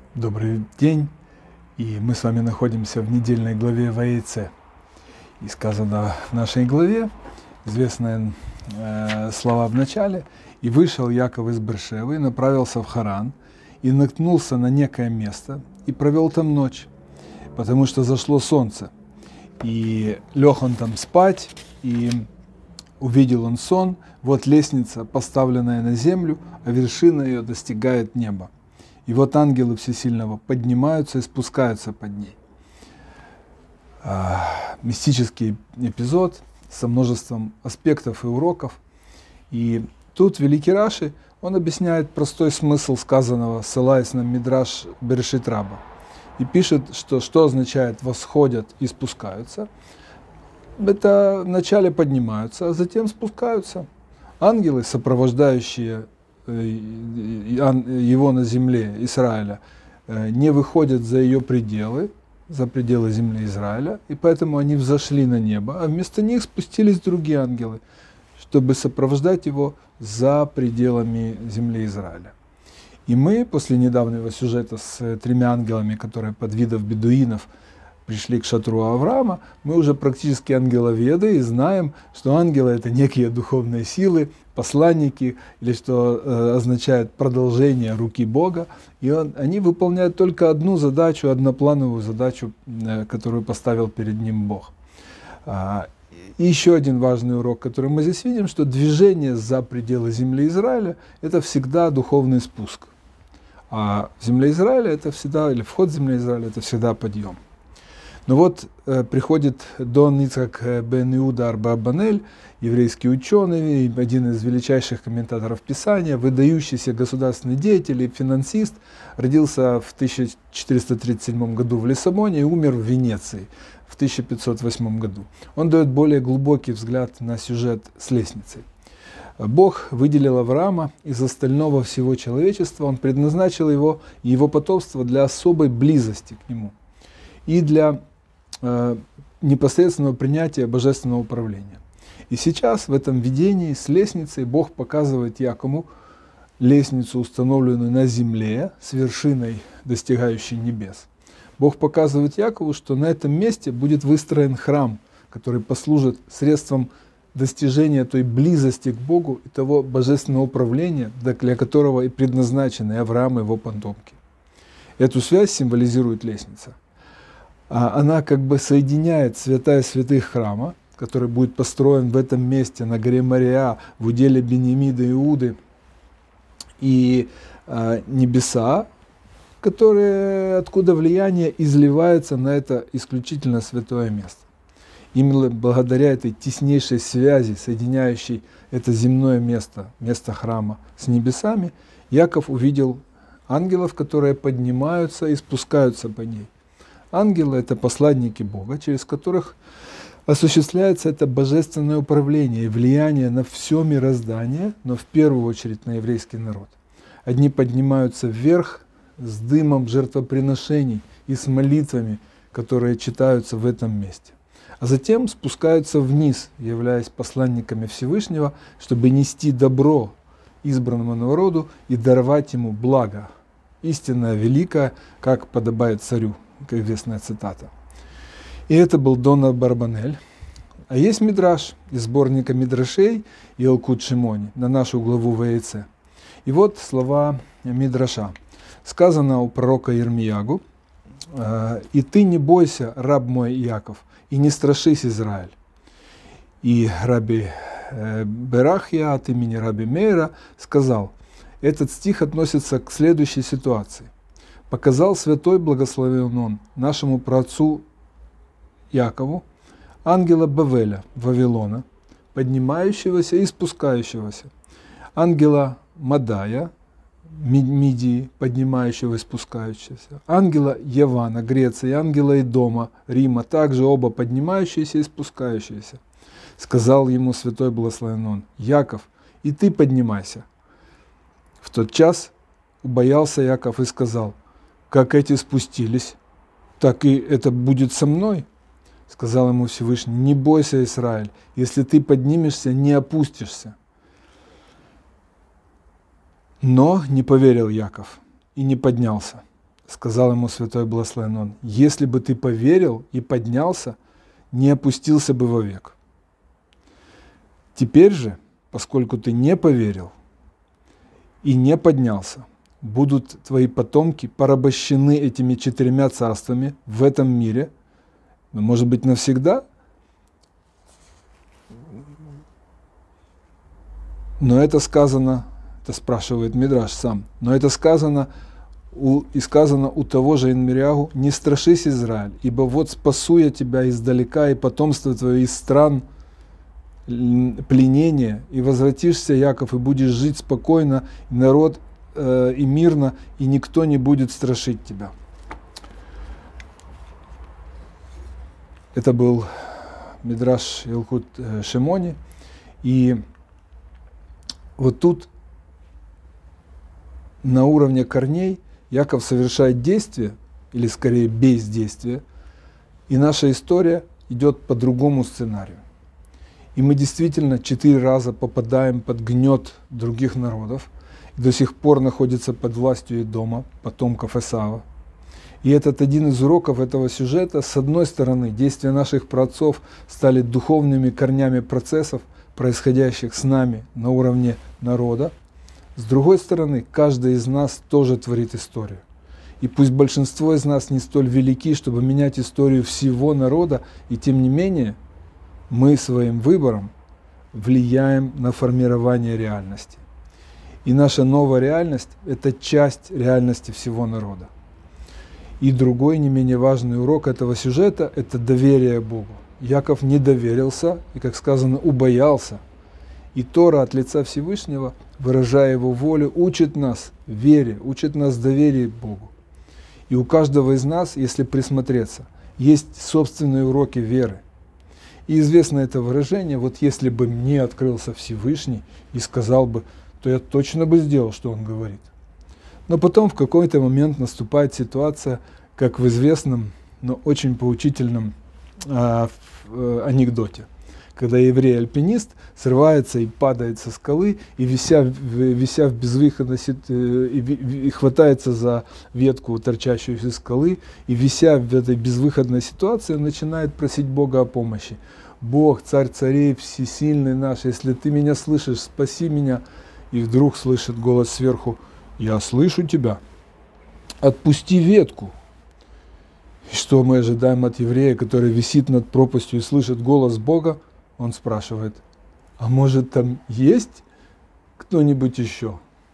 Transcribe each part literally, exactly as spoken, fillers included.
Добрый день, и мы с вами находимся в недельной главе Ваейце. И сказано в нашей главе, известные э, слова в начале: «И вышел Яков из Бершевы, и направился в Харан, и наткнулся на некое место, и провел там ночь, потому что зашло солнце. И лег он там спать, и увидел он сон, вот лестница, поставленная на землю, а вершина ее достигает неба. И вот ангелы Всесильного поднимаются и спускаются под ней». А, мистический эпизод со множеством аспектов и уроков. И тут великий Раши, он объясняет простой смысл сказанного, ссылаясь на Мидраш Берешит Раба. И пишет, что что означает «восходят и спускаются». Это вначале поднимаются, а затем спускаются. Ангелы, сопровождающие его на земле, Израиля, не выходят за ее пределы, за пределы земли Израиля, и поэтому они взошли на небо, а вместо них спустились другие ангелы, чтобы сопровождать его за пределами земли Израиля. И мы после недавнего сюжета с тремя ангелами, которые под видом бедуинов пришли к шатру Авраама, мы уже практически ангеловеды и знаем, что ангелы — это некие духовные силы, посланники, или что э, означает продолжение руки Бога. И он, они выполняют только одну задачу, одноплановую задачу, э, которую поставил перед ним Бог. А, и еще один важный урок, который мы здесь видим, что движение за пределы земли Израиля — это всегда духовный спуск. А земля Израиля — это всегда, или вход в землю Израиля — это всегда подъем. Но вот э, приходит Дон Ицхак бен Иуда Арбабанель, еврейский ученый, один из величайших комментаторов Писания, выдающийся государственный деятель и финансист, родился в тысяча четыреста тридцать седьмом году в Лиссабоне и умер в Венеции в тысяча пятьсот восьмом году. Он дает более глубокий взгляд на сюжет с лестницей. Бог выделил Авраама из остального всего человечества, он предназначил его и его потомство для особой близости к нему и для э, непосредственного принятия божественного управления. И сейчас в этом видении с лестницей Бог показывает Якову лестницу, установленную на земле, с вершиной, достигающей небес. Бог показывает Якову, что на этом месте будет выстроен храм, который послужит средством достижения той близости к Богу и того божественного управления, для которого и предназначены Авраам и его потомки. Эту связь символизирует лестница. Она как бы соединяет святая святых храма, который будет построен в этом месте, на горе Мориа, в уделе Беньямида Иуды, и э, небеса, которые, откуда влияние изливается на это исключительно святое место. Именно благодаря этой теснейшей связи, соединяющей это земное место, место храма с небесами, Яков увидел ангелов, которые поднимаются и спускаются по ней. Ангелы — это посланники Бога, через которых осуществляется это божественное управление и влияние на все мироздание, но в первую очередь на еврейский народ. Одни поднимаются вверх с дымом жертвоприношений и с молитвами, которые читаются в этом месте, а затем спускаются вниз, являясь посланниками Всевышнего, чтобы нести добро избранному народу и даровать ему благо, истинное, великое, как подобает царю, как известная цитата. И это был Дон Абарбанель. А есть Мидраш из сборника Мидрашей Илкут Шимони на нашу главу Ваейце. И вот слова Мидраша. Сказано у пророка Ирмиягу: «И ты не бойся, раб мой Яков, и не страшись, Израиль». И Раби Берахья от имени Раби Мейра сказал: этот стих относится к следующей ситуации. «Показал святой, благословен он, нашему праотцу Якову, ангела Бавеля, Вавилона, поднимающегося и спускающегося, ангела Мадая, Мидии, поднимающего и спускающегося, ангела Явана, Греции, ангела Идома, Рима, также оба поднимающиеся и спускающиеся. Сказал ему святой, благословен он: Яков, и ты поднимайся. В тот час убоялся Яков и сказал: как эти спустились, так и это будет со мной. Сказал ему Всевышний: не бойся, Израиль, если ты поднимешься, не опустишься. Но не поверил Яков и не поднялся. сказал ему святой благословен он: если бы ты поверил и поднялся, не опустился бы вовек. Теперь же, поскольку ты не поверил и не поднялся, будут твои потомки порабощены этими четырьмя царствами в этом мире, но, может быть, навсегда. Но это сказано, это спрашивает Мидраш сам, но это сказано у, и сказано у того же Ирмияху: не страшись, Израиль, ибо вот спасу я тебя издалека и потомство твое из стран пленения, и возвратишься, Яков, и будешь жить спокойно, и народ э, и мирно, и никто не будет страшить тебя. Это был Мидраш Илкут Шимони, и вот тут на уровне корней Яков совершает действие, или скорее бездействие, и наша история идет по другому сценарию. И мы действительно четыре раза попадаем под гнет других народов, и до сих пор находится под властью Эдома, потомков Эсава. И этот один из уроков этого сюжета: с одной стороны, действия наших праотцов стали духовными корнями процессов, происходящих с нами на уровне народа. С другой стороны, каждый из нас тоже творит историю. И пусть большинство из нас не столь велики, чтобы менять историю всего народа, и тем не менее мы своим выбором влияем на формирование реальности. И наша новая реальность – это часть реальности всего народа. И другой, не менее важный урок этого сюжета – это доверие Богу. Яков не доверился и, как сказано, убоялся. И Тора от лица Всевышнего, выражая его волю, учит нас вере, учит нас доверию к Богу. И у каждого из нас, если присмотреться, есть собственные уроки веры. И известно это выражение: вот если бы мне открылся Всевышний и сказал бы, то я точно бы сделал, что он говорит. Но потом в какой-то момент наступает ситуация, как в известном, но очень поучительном э, э, анекдоте, когда еврей-альпинист срывается и падает со скалы, и вися, вися в безвыходности, э, и, и хватается за ветку, торчащую из скалы, и вися в этой безвыходной ситуации, он начинает просить Бога о помощи. Бог, царь царей, всесильный наш, если ты меня слышишь, спаси меня. И вдруг слышит голос сверху: я слышу тебя, отпусти ветку. И что мы ожидаем от еврея, который висит над пропастью и слышит голос Бога? Он спрашивает: а может там есть кто-нибудь еще?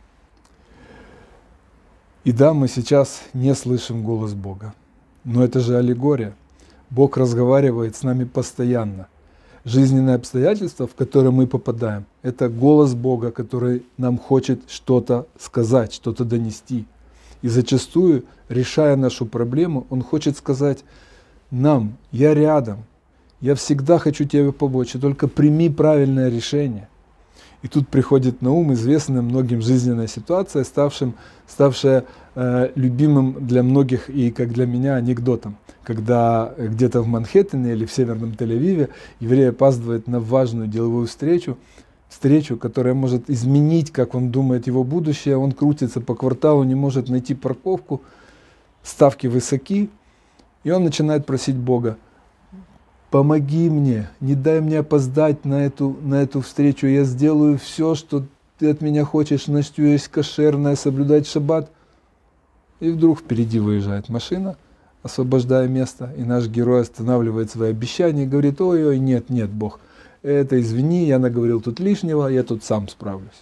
И да, мы сейчас не слышим голос Бога, но это же аллегория. Бог разговаривает с нами постоянно. Жизненные обстоятельства, в которые мы попадаем, это голос Бога, который нам хочет что-то сказать, что-то донести. И зачастую, решая нашу проблему, Он хочет сказать нам: я рядом, я всегда хочу тебе помочь, и только прими правильное решение. И тут приходит на ум известная многим жизненная ситуация, ставшим, ставшая э, любимым для многих и, как для меня, анекдотом. Когда где-то в Манхэттене или в северном Тель-Авиве еврей опаздывает на важную деловую встречу, встречу, которая может изменить, как он думает, его будущее. Он крутится по кварталу, не может найти парковку, ставки высоки, и он начинает просить Бога: помоги мне, не дай мне опоздать на эту, на эту встречу, я сделаю все, что ты от меня хочешь, начну есть кошерное, соблюдать шаббат. И вдруг впереди выезжает машина, освобождая место, и наш герой останавливает свои обещания и говорит: ой-ой, нет, нет, Бог, это извини, я наговорил тут лишнего, я тут сам справлюсь.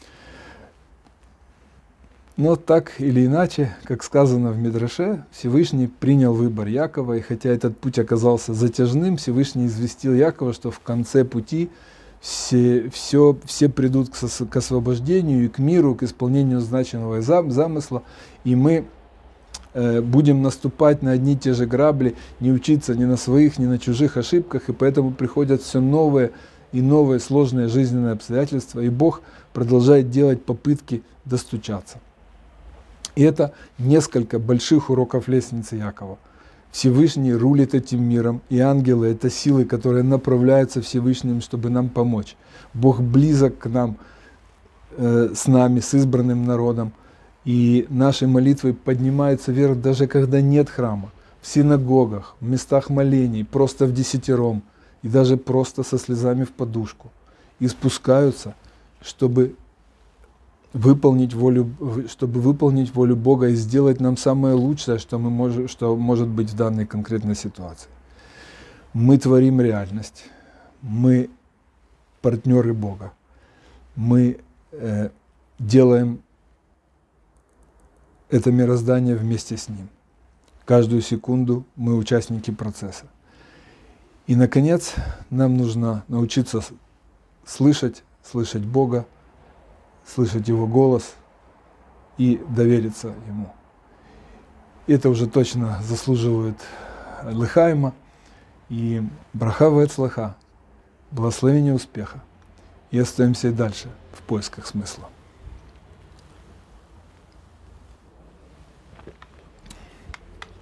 Но так или иначе, как сказано в Мидраше, Всевышний принял выбор Якова, и хотя этот путь оказался затяжным, Всевышний известил Якова, что в конце пути все, все, все придут к, к освобождению и к миру, к исполнению значимого замысла, и мы э, будем наступать на одни и те же грабли, не учиться ни на своих, ни на чужих ошибках, и поэтому приходят все новые и новые сложные жизненные обстоятельства, и Бог продолжает делать попытки достучаться. И это несколько больших уроков лестницы Якова. Всевышний рулит этим миром, и ангелы – это силы, которые направляются Всевышним, чтобы нам помочь. Бог близок к нам, э, с нами, с избранным народом. И нашей молитвой поднимается вверх, даже когда нет храма, в синагогах, в местах молений, просто в десятером, и даже просто со слезами в подушку. И спускаются, чтобы выполнить волю, чтобы выполнить волю Бога и сделать нам самое лучшее, что, мы можем, что может быть в данной конкретной ситуации. Мы творим реальность, мы партнеры Бога, мы э, делаем это мироздание вместе с Ним. Каждую секунду мы участники процесса. И, наконец, нам нужно научиться слышать, слышать Бога, слышать Его голос и довериться Ему. Это уже точно заслуживает лехайма и браха ве-ацлаха, благословения успеха. И остаемся и дальше в поисках смысла.